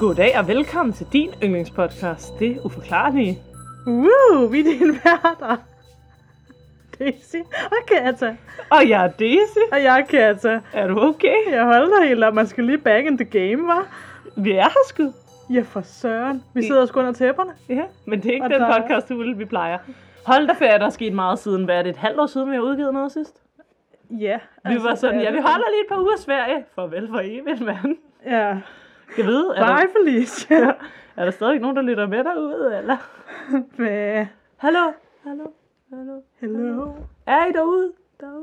Goddag og velkommen til din yndlingspodcast, Det Uforklarlige. Vi er dine værter. Daisy og Kata. Og jeg er Daisy. Og jeg er Kata. Er du okay? Jeg holder helt op. Man skal lige back in the game, hva'? Vi er her sgu. Ja, for søren. Vi sidder sgu under tæpperne. Ja, men det er ikke Og den der- podcast, vi plejer. Hold da ferie, der er sket meget siden. Hvad er det, et halvt år siden, vi har udgivet noget sidst? Ja. Vi var sådan, ja, vi holder lige et par uger Sverige. Farvel for evigt, mand. Ja. Jeg ved, Bye, Felicia. er der stadig nogen, der lytter med derude, eller? Hvad? Hallo? Hello. Er I derude?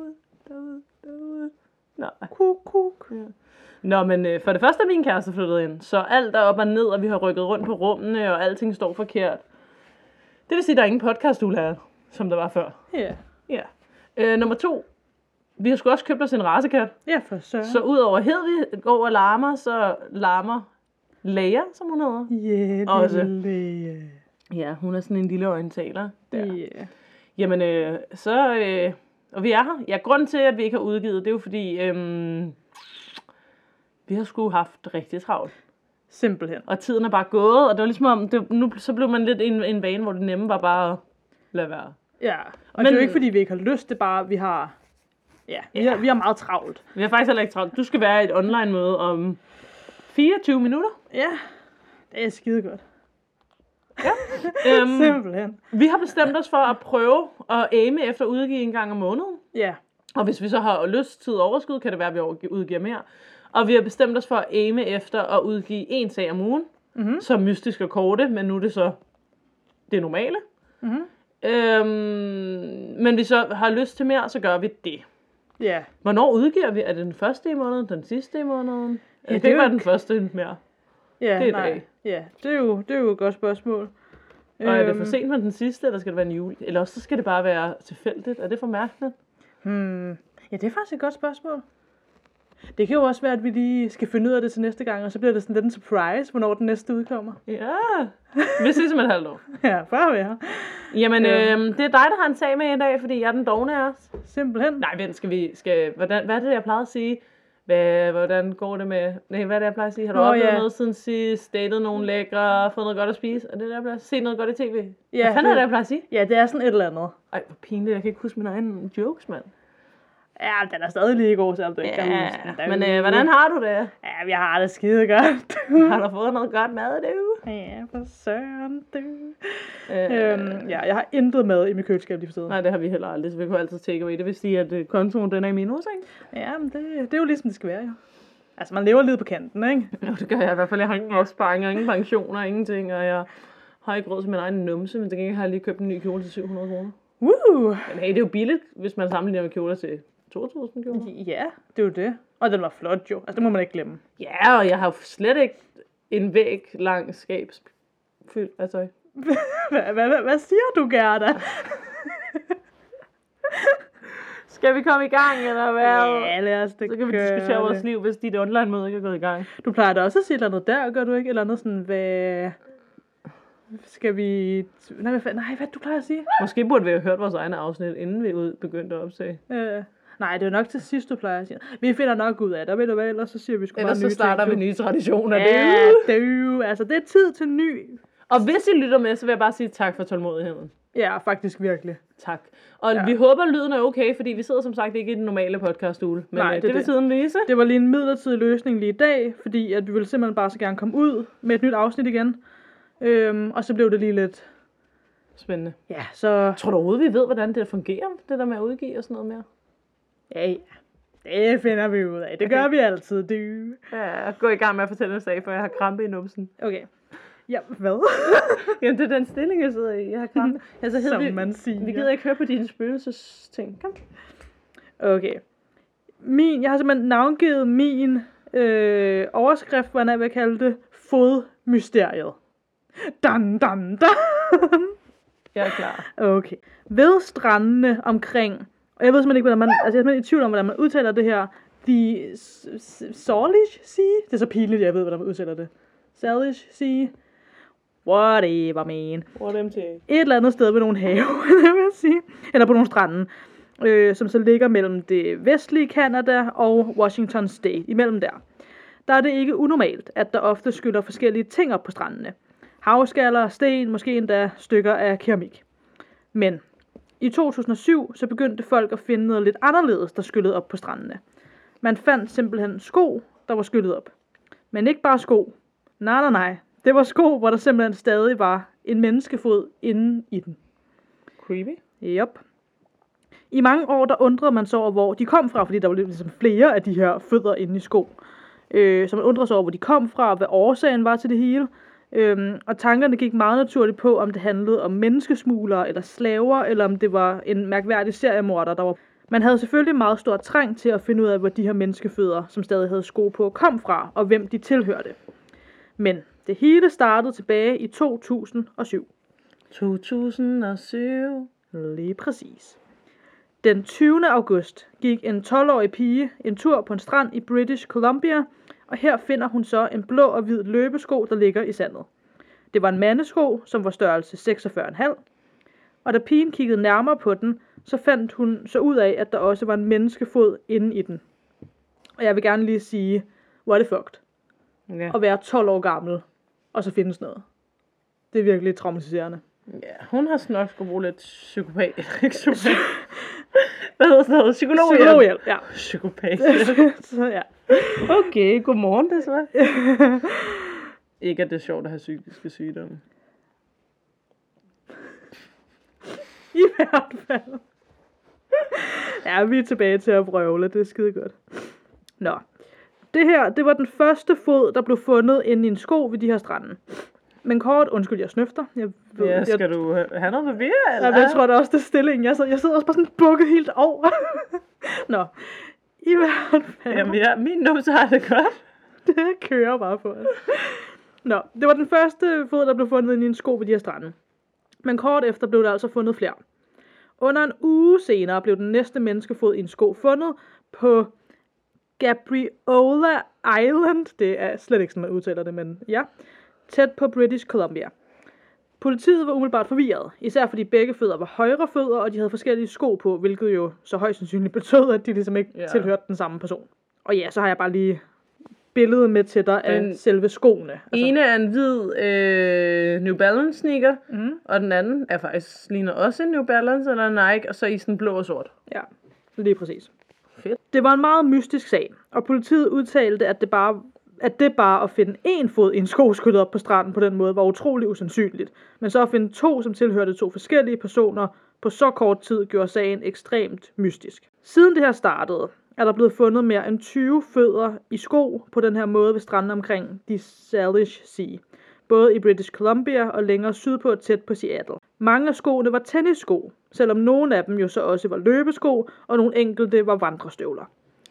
Nå. Kuk. Ja. Nå, men for det første er min kæreste flyttet ind, så alt er op og ned, og vi har rykket rundt på rummene, og alting står forkert. Det vil sige, at der er ingen podcast-uge her, som der var før. Ja. Ja. Nummer 2. Vi har sgu også købt os en racekat. Ja, for søren. Så udover Hedvig går og larmer, så larmer Leia, som hun hedder. Ja, det Også. er lille. Ja, hun er sådan en lille orientaler. Der. Ja. Jamen, og vi er her. Ja, grunden til, at vi ikke har udgivet, det er jo fordi, vi har sgu haft rigtig travlt. Simpelthen. Og tiden er bare gået, og det var ligesom om, så blev man lidt en vane, hvor det nemme var bare at lade være. Ja, og det er jo ikke, fordi vi ikke har lyst, det er bare, vi har... Ja, vi har meget travlt. Vi har faktisk heller ikke travlt. Du skal være i et online møde om 24 minutter. Ja, det er skide godt. Ja. Simpelthen. Vi har bestemt os for at prøve at aime efter at udgive en gang om måneden. Ja. Og hvis vi så har lyst, tid og overskud, kan det være, at vi udgiver mere. Og vi har bestemt os for at aime efter at udgive en sag om ugen. Mm-hmm. Så mystisk og korte, men nu er det så det normale. Mm-hmm. Men hvis vi så har lyst til mere, så gør vi det. Ja. Hvornår udgiver vi? Er det den første i måneden? Den sidste i måneden? Ja, det kan er ikke jo være den første mere. Ja, det er nej. dag. Ja, det er jo et godt spørgsmål. Og er det for sent med den sidste, eller skal det være en jul? Eller også så skal det bare være tilfældigt. Er det for mærkeligt? Ja, det er faktisk et godt spørgsmål. Det kan jo også være, at vi lige skal finde ud af det til næste gang, og så bliver det sådan lidt en surprise, hvornår den næste udkommer. Ja, vi ses om et halvt år. Ja, bare være. Jamen, det er dig, der har en sag med i dag, fordi jeg er den dogne af os. Simpelthen. Nej, vent, hvad er det, jeg plejede at sige? Hvordan går det med... Nej, hvad er det, jeg plejer at sige? Har du oplevet noget siden sidst? Datet nogen lækre? Fået noget godt at spise? Er det det, jeg plejer at sige? Noget godt i tv? Ja, Hvad fanden er det, jeg plejer at sige? Ja, det er sådan et eller andet. Ej, hvor pinligt. Jeg kan ikke huske mine egne jokes, mand. Ja, den er stadig lige god, selvom du ikke kan huske den. Men hvordan har du det? Ja, jeg har det skide godt. Har du fået noget godt mad, du? Ja, for søren, du. Ja, jeg har intet mad i mit køleskab lige for tiden. Nej, det har vi heller aldrig, så vi kunne altid take away. Det vil sige, at kontoen den er i minus, ikke? Ja, men det er jo ligesom det skal være, jo. Altså, man lever lidt på kanten, ikke? Jo, det gør jeg i hvert fald. Jeg har ingen opsparinger, ingen pensioner, ingenting, og jeg har ikke råd til min egen numse, men det kan har jeg lige købt en ny kjole til 700 kroner. Woo! Men hey, det er jo billigt, hvis man sammenligner med kjoler til 2.000 kroner. Ja, det er jo det. Og den var flot, jo. Altså, det må man ikke glemme. Ja, og jeg har jo slet ikke en væg lang skab fyldt af tøj. Hvad siger du, Gerda? Skal vi komme i gang, eller hvad? Ja, lad os det. Så kan vi diskutere vores liv, hvis dit online-møde ikke er gået i gang. Du plejer da også at sige et eller andet der, gør du ikke? Eller andet sådan, hvad... Skal vi... Nej, hvad du plejer at sige? Måske burde vi have hørt vores egne afsnit, inden vi begyndte at opsage. Nej, det er nok til sidst, du plejer at sige. Vi finder nok ud af det, ved du hvad? Ellers så siger vi sgu bare nye ting. Ellers så starter vi nye traditioner. Ja, altså det er tid til ny. Og hvis I lytter med, så vil jeg bare sige tak for tålmodigheden. Ja, faktisk virkelig. Tak. Og vi håber, lyden er okay, fordi vi sidder som sagt ikke i den normale podcast-uge. Men Nej, det vil tiden vise. Det var lige en midlertidig løsning lige i dag, fordi at vi ville simpelthen bare så gerne komme ud med et nyt afsnit igen. Og så blev det lige lidt... Spændende. Ja, så... Tror du overhovedet, vi ved, hvordan det fungerer, det der med at udgive og sådan noget mere? Ja, det finder vi ud af. Det gør vi altid, du. Ja, gå i gang med at fortælle en sag, for jeg har krampe i numsen. Okay. Ja, hvad? Jamen, det er den stilling, jeg sidder i. Jeg har krampe. Altså, som man siger. Vi gider ikke høre på dine spøgelsesting. Kom. Okay. Jeg har simpelthen navngivet min overskrift, hvordan jeg vil kalde det, fodmysteriet. Dan. Jeg er klar. Okay. Ved strandene omkring, og jeg ved simpelthen ikke, hvordan man, altså jeg er simpelthen i tvivl om, hvordan man udtaler det her, The Salish Sea? Det er så pinligt, jeg ved, hvordan man udtaler det. Salish Sea. Whatever, man. Et eller andet sted ved nogle have, det vil jeg sige. Eller på nogle strande. Som så ligger mellem det vestlige Canada og Washington State. Imellem der. der er det ikke unormalt, at der ofte skyller forskellige ting op på strandene. Havskaller, sten, måske endda stykker af keramik. Men i 2007 så begyndte folk at finde noget lidt anderledes, der skyllede op på strandene. Man fandt simpelthen sko, der var skyllet op. Men ikke bare sko. Nej. Det var sko, hvor der simpelthen stadig var en menneskefod inde i den. Creepy. Yep. I mange år, der undrede man sig over, hvor de kom fra, fordi der var ligesom flere af de her fødder inde i sko. Så man undrede sig over, hvor de kom fra, og hvad årsagen var til det hele. Og tankerne gik meget naturligt på, om det handlede om menneskesmuglere eller slaver, eller om det var en mærkværdig seriemorder, der var. Man havde selvfølgelig meget stor trang til at finde ud af, hvor de her menneskefødder, som stadig havde sko på, kom fra, og hvem de tilhørte. Men det hele startede tilbage i 2007. 2007. Lige præcis. Den 20. august gik en 12-årig pige en tur på en strand i British Columbia, og her finder hun så en blå og hvid løbesko, der ligger i sandet. Det var en mandesko, som var størrelse 46,5, og da pigen kiggede nærmere på den, så fandt hun så ud af, at der også var en menneskefod inde i den. Og jeg vil gerne lige sige, hvor er det fucked. Ja. At være 12 år gammel, og så findes noget. Det er virkelig traumatiserende. Ja, hun har nok skulle bruge lidt psykopat. Ikke psykopat. Hvad hedder sådan noget? Psykologhjælp, ja. Psykopat. Så ja. Okay, godmorgen det så. Ikke at det er sjovt at have psykiske sygdomme. I hvert fald. Ja, vi er tilbage til at vrøvle. Det er skide godt. Nå. Det her, det var den første fod, der blev fundet inde i en sko ved de her stranden. Men kort, undskyld, jeg snøfter. Skal du have noget papir? Eller? Jeg tror, det er også det stilling. Jeg sidder også bare sådan bukket helt over. Nå. I hvert fald. Jamen, min numse har det godt. Det kører bare på os. Nå, det var den første fod, der blev fundet inde i en sko ved de her strande. Men kort efter blev der altså fundet flere. Under en uge senere blev den næste menneskefod i en sko fundet på Gabriola Island. Det er slet ikke sådan, man udtaler det, men ja. Tæt på British Columbia. Politiet var umiddelbart forvirret, især fordi begge fødder var højre fødder, og de havde forskellige sko på, hvilket jo så højst sandsynligt betød, at de ligesom ikke tilhørte den samme person. Og ja, så har jeg bare lige billedet med til dig af selve skoene. Altså. Ene er en hvid New Balance sneaker, og den anden er faktisk ligner også en New Balance eller en Nike, og så i sådan blå og sort. Ja, lige præcis. Fedt. Det var en meget mystisk sag, og politiet udtalte, at det bare at finde én fod i en sko skyllet op på stranden på den måde var utrolig usandsynligt. Men så at finde to, som tilhørte to forskellige personer på så kort tid, gjorde sagen ekstremt mystisk. Siden det her startede, er der blevet fundet mere end 20 fødder i sko på den her måde ved stranden omkring de Salish Sea. Både i British Columbia og længere sydpå tæt på Seattle. Mange af skoene var tennissko, selvom nogle af dem jo så også var løbesko, og nogle enkelte var vandrestøvler.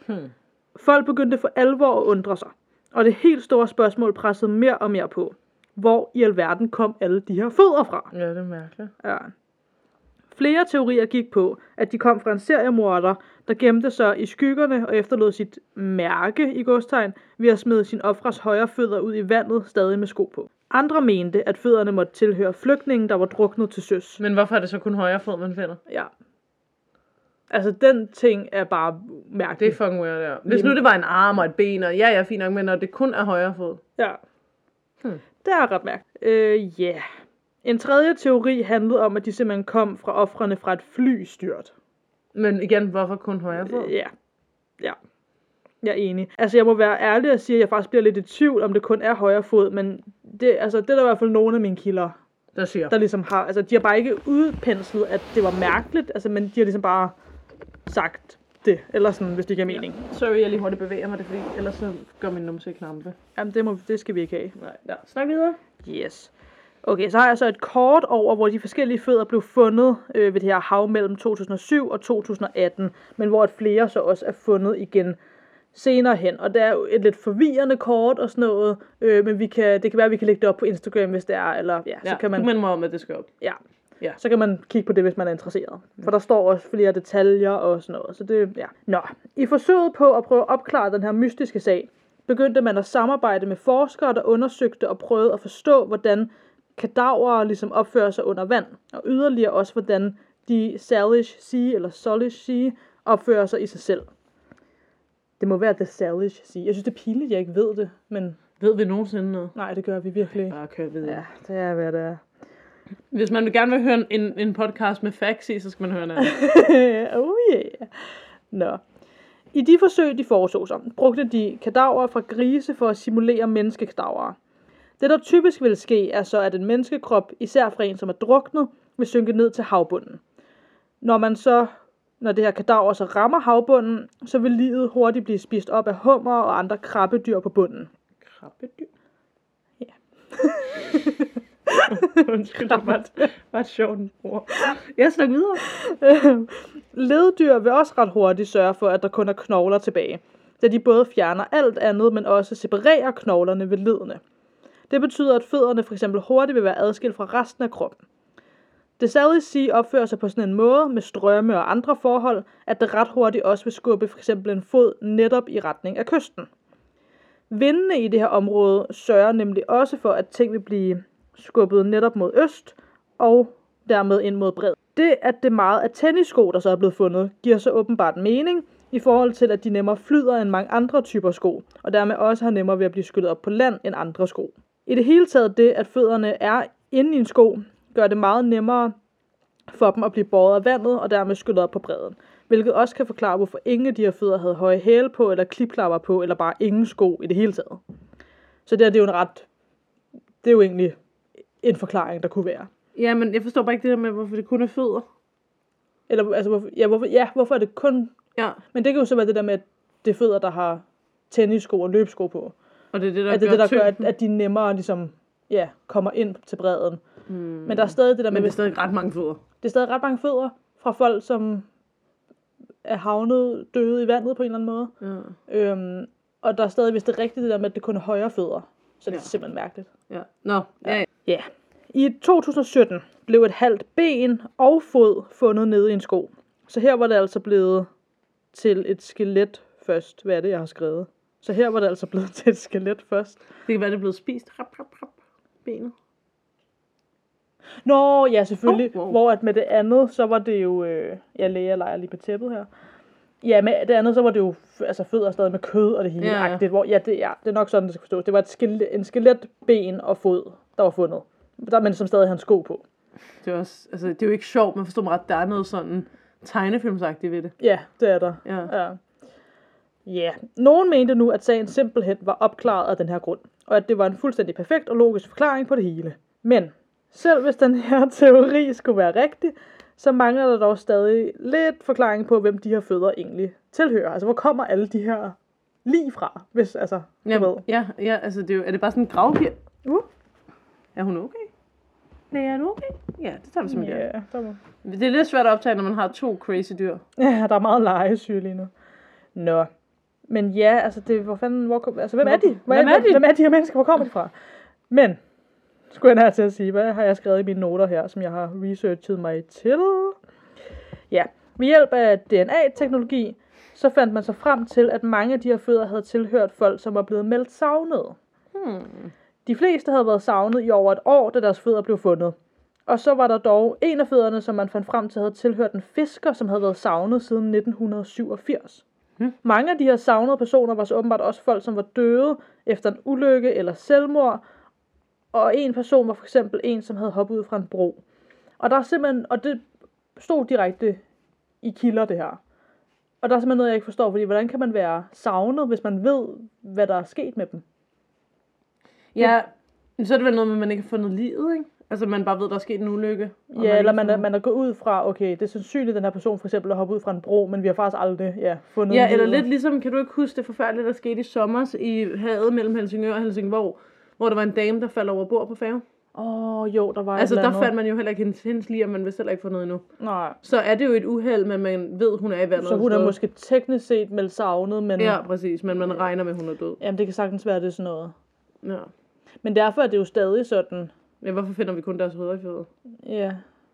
Folk begyndte for alvor at undre sig. Og det helt store spørgsmål pressede mere og mere på. Hvor i alverden kom alle de her fødder fra? Ja, det er mærkeligt. Ja. Flere teorier gik på, at de kom fra en seriemorder, der gemte sig i skyggerne og efterlod sit mærke i godstegn ved at smide sin ofres højre fødder ud i vandet, stadig med sko på. Andre mente, at fødderne måtte tilhøre flygtningen, der var druknet til søs. Men hvorfor er det så kun højre fod, man finder? Ja. Altså, den ting er bare mærkelig. Det er fucking weird, ja. Hvis nu det var en arm og et ben, og ja, fint nok, men når det kun er højre fod. Ja. Det er ret mærkeligt. Ja. En tredje teori handlede om, at de simpelthen kom fra ofrene fra et flystyrt. Men igen, hvorfor kun højre fod? Ja. Jeg er enig. Altså, jeg må være ærlig og sige, at jeg faktisk bliver lidt i tvivl, om det kun er højre fod, men det er der i hvert fald nogle af mine kilder, der ligesom har, altså de har bare ikke udpenslet, at det var mærkeligt, altså, men de har ligesom bare sagt det, eller sådan, hvis det giver mening. Ja. Sorry, jeg lige hurtigt bevæger mig det, fordi ellers så går min numse i knampe. Jamen, det skal vi ikke have. Nej, ja. Snak videre. Yes. Okay, så har jeg så et kort over, hvor de forskellige fødder blev fundet ved det her hav mellem 2007 og 2018, men hvor et flere så også er fundet igen senere hen. Og det er jo et lidt forvirrende kort og sådan noget, men det kan være, at vi kan lægge det op på Instagram, hvis det er, eller så kan man... du minder mig om, at det skal op. Ja, så kan man kigge på det, hvis man er interesseret. For der står også flere detaljer og sådan noget, så det, ja. Nå, i forsøget på at prøve at opklare den her mystiske sag, begyndte man at samarbejde med forskere, der undersøgte og prøvede at forstå, hvordan kadaver ligesom opfører sig under vand, og yderligere også, hvordan de Salish Sea opfører sig i sig selv. Det må være The Salish Sea. Jeg synes, det er pinligt, jeg ikke ved det, men... Ved vi nogensinde noget? Nej, det gør vi virkelig ikke. Bare kør videre. Ja, det er, hvad det er. Hvis man gerne vil høre en podcast med facts i, så skal man høre noget. Oh yeah. Nå. I de forsøg, de foretog sig, brugte de kadaver fra grise for at simulere menneskekadaver. Det, der typisk vil ske, er så, at en menneskekrop, især fra en, som er druknet, vil synke ned til havbunden. Når det her kadaver så rammer havbunden, så vil livet hurtigt blive spist op af hummer og andre krabbedyr på bunden. Krabbedyr? Ja. Undskyld, det var et sjovt ord. Jeg snakker videre. Leddyr vil også ret hurtigt sørge for, at der kun er knogler tilbage, da de både fjerner alt andet, men også separerer knoglerne ved ledene. Det betyder, at fødderne for eksempel hurtigt vil være adskilt fra resten af kroppen. The Salish Sea opfører sig på sådan en måde med strømme og andre forhold, at det ret hurtigt også vil skubbe for eksempel en fod netop i retning af kysten. Vindene i det her område sørger nemlig også for, at ting vil blive skubbet netop mod øst og dermed ind mod bred. Det, at det meget af tennissko, der så er blevet fundet, giver så åbenbart mening i forhold til, at de nemmere flyder end mange andre typer sko, og dermed også har nemmere ved at blive skyllet op på land end andre sko. I det hele taget det, at fødderne er inde i en sko, gør det meget nemmere for dem at blive båret af vandet og dermed skyllet op på bredden. Hvilket også kan forklare, hvorfor ingen af de her fødder havde høje hæle på, eller klipklapper på, eller bare ingen sko i det hele taget. Så det er jo det er jo egentlig en forklaring, der kunne være. Ja, men jeg forstår bare ikke det der med, hvorfor det kun er fødder. Eller, altså, hvorfor er det kun... Ja. Men det kan jo så være det der med, at det er fødder, der har tennissko og løbsko på. Og det er det, der gør at de nemmere ligesom, kommer ind til bredden. Men der er stadig det der med... Men det er stadig ret mange fødder. Det er stadig ret mange fødder fra folk, som er havnet døde i vandet på en eller anden måde. Ja. Og der er stadig, hvis det er rigtigt, det der med, at det kun er højre fødder. Så det er simpelthen mærkeligt. Ja. Nå, ja. Ja. I 2017 blev et halvt ben og fod fundet nede i en sko. Så her var det altså blevet til et skelet først. Hvad er det, jeg har skrevet? Så her var det altså blevet til et skelet først. Det kan være, det er blevet spist. Benet. Nå, ja, selvfølgelig. Wow. Hvor at med det andet, så var det jo... jeg leger lige på tæppet her. Ja, med det andet, så var det jo fødder stadig med kød og det hele. Ja. Hvor, det er nok sådan, det skal forstås. Det var en skeletben og fod, der var fundet. Men som stadig havde en sko på. Det er også, det er jo ikke sjovt, man forstår mig ret, der er noget sådan tegnefilmsagtigt ved det. Ja, det er der. Ja. Nogen mente nu, at sagen simpelthen var opklaret af den her grund, og at det var en fuldstændig perfekt og logisk forklaring på det hele. Men selv hvis den her teori skulle være rigtig, så mangler der dog stadig lidt forklaring på, hvem de her fødder egentlig tilhører. Altså, hvor kommer alle de her lig fra, hvis det er det bare sådan en gravkirke? Er hun okay? Nej, er du okay? Ja, det tager vi som det er lidt svært at optage, når man har 2 crazy dyr. Ja, der er meget legesyge lige nu. Nå. Men ja, altså det, hvem er de? Hvem er de her mennesker? Hvor kommer de fra? Men, skulle jeg nær til at sige, hvad har jeg skrevet i mine noter her, som jeg har researchet mig til? Ja, ved hjælp af DNA-teknologi, så fandt man sig frem til, at mange af de her fødder havde tilhørt folk, som var blevet meldt savnet. De fleste havde været savnet i over et år, da deres fødder blev fundet. Og så var der dog en af fødderne, som man fandt frem til, havde tilhørt en fisker, som havde været savnet siden 1987. Mange af de her savnede personer var så åbenbart også folk, som var døde efter en ulykke eller selvmord. Og en person var for eksempel en, som havde hoppet ud fra en bro. Og der er simpelthen, og det stod direkte i kilder, det her. Og der er simpelthen noget, jeg ikke forstår, fordi hvordan kan man være savnet, hvis man ved, hvad der er sket med dem? Ja, så er det vel noget med, at man ikke har fundet livet, ikke? Altså, man bare ved, der er sket en ulykke. Ja, eller man er gået ud fra, okay, det er sandsynligt, at den her person for eksempel har hoppet ud fra en bro, men vi har faktisk aldrig fundet livet. Ja, eller lidt ligesom, kan du ikke huske det forfærdelige, der skete i sommer i havet mellem Helsingør og Helsingborg, hvor der var en dame, der faldt over bord på færgen? Jo, der var altså, der fandt man jo heller ikke hendes lige, og man vidste heller ikke få noget endnu. Nej. Så er det jo et uheld, men man ved, hun er i vandet. Så hun er måske teknisk set meldt savnet, men... Ja, præcis, men man regner med, hun er død. Jamen, det kan sagtens være, det er sådan noget. Ja. Men derfor er det jo stadig sådan... Ja, hvorfor finder vi kun deres hoveder i fødder? Ja.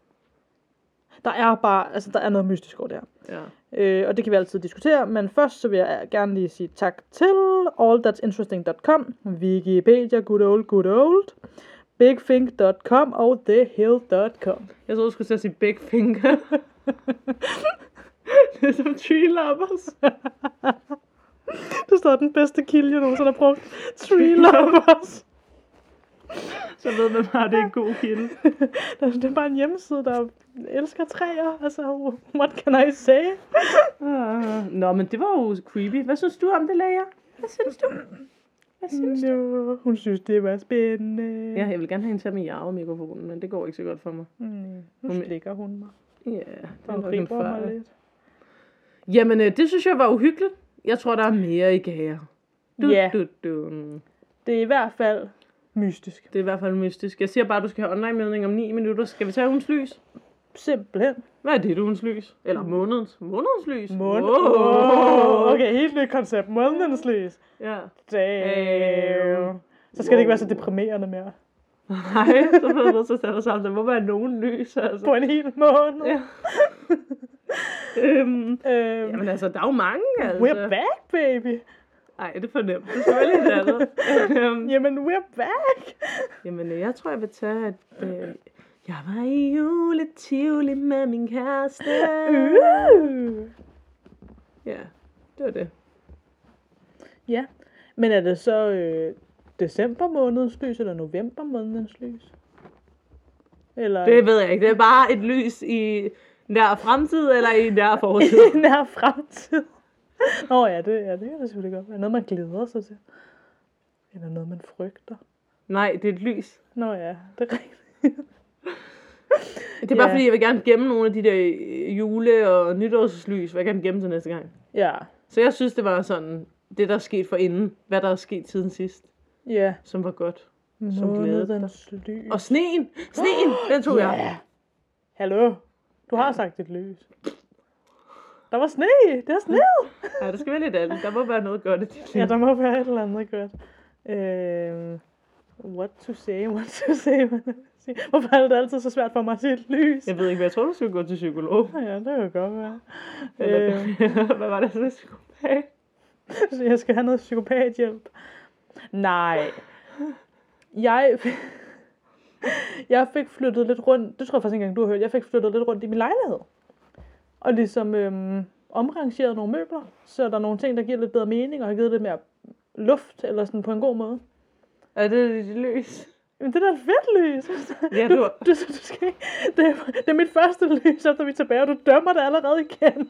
Der er noget mystisk over det her. Ja. Og det kan vi altid diskutere, men først så vil jeg gerne lige sige tak til allthat'sinteresting.com, Wikipedia, good old, bigfink.com og thehill.com. Jeg troede, du skulle sige Big Finger. Det er som tree lovers. Der står den bedste kilde, jeg nogensinde har brugt. Tree Lovers. Så ved man bare, det er en god kilde. Det er bare en hjemmeside, der elsker træer. Altså, what can I say? Nå, men det var jo creepy. Hvad synes du om det, Lea? Hvad synes du? Hun synes, det var spændende. Ja, jeg vil gerne have en til med mikrofonen, men det går ikke så godt for mig. Nu slikker hun mig. Ja, Hun griber mig lidt. Jamen, det synes jeg var uhyggeligt. Jeg tror, der er mere i gager. Ja. Det er i hvert fald mystisk. Det er i hvert fald mystisk. Jeg siger bare, at du skal have online-mødning om 9 minutter. Skal vi tage ugens lys? Simpelthen. Hvad er det, ugens lys? Eller månedens? Månedens lys? Okay, helt nyt koncept. Månedens lys. Ja. Damn. Så skal det ikke være så deprimerende mere. Nej, så bliver jeg nødt til at sætte sammen. Der må være nogen lys, altså. På en hel måned. Ja. Jamen altså, der er jo mange, altså. We're back, baby. Ej, det er for nemt. Det skal være lidt andet. Jamen, we're back. Jamen, jeg tror, jeg vil tage, at jeg var i juletivoli med min kæreste. Ja, det var det. Ja, men er det så december månedens lys, eller november månedens lys? Eller... Det ved jeg ikke. Det er bare et lys i nær fremtid, eller i nær fortid. I nær fremtid. Nå ja, det kan det selvfølgelig godt være. Noget, man glæder sig til. Eller noget, man frygter. Nej, det er et lys. Nå ja, det er rigtigt. Det er bare fordi, jeg vil gerne gemme nogle af de der jule- og nytårslys, vil jeg gerne gemme til næste gang. Ja. Så jeg synes, det var sådan, det der er sket for inden, hvad der er sket siden sidst. Ja. Som var godt. Som glædede lys. Og sneen! Sneen! Den tog jeg. Hallo? Du har sagt et lys. Der var sne! Det er sne! Ja, det skal være lidt andet. Der må være noget godt i dit liv. Ja, der må være et eller andet godt. What to say? Hvorfor er det altid så svært for mig at se et lys? Jeg ved ikke, hvad jeg tror, du skulle gå til psykolog. Ja, det kan godt være. Hvad var det så, psykopat? Så jeg skal have noget psykopathjælp. Nej. Jeg fik flyttet lidt rundt, det tror jeg faktisk ikke engang, du har hørt, jeg fik flyttet lidt rundt i min lejlighed. Og ligesom omrangeret nogle møbler, så der er nogle ting, der giver lidt bedre mening, og har givet lidt mere luft, eller sådan på en god måde. Er det dit lys? Men det er da et fedt lys. Ja, du skal ikke. Det er mit første lys, efter vi er tilbage, og du dømmer det allerede igen.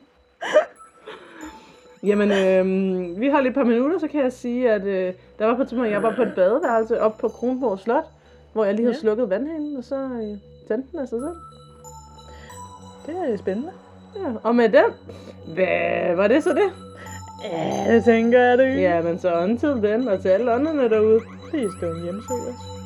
Jamen, vi har lige et par minutter, så kan jeg sige, at der var på et tidspunkt, jeg var på et badeværelse op på Kronborg Slot, hvor jeg lige havde slukket vandhanen, og så tændte den af sig selv. Det er spændende. Ja, og med den, hvad var det så det? Ja, det tænker jeg det. Ja, men så until den, og til alle ånderne derude. Please don't hjemsøge os.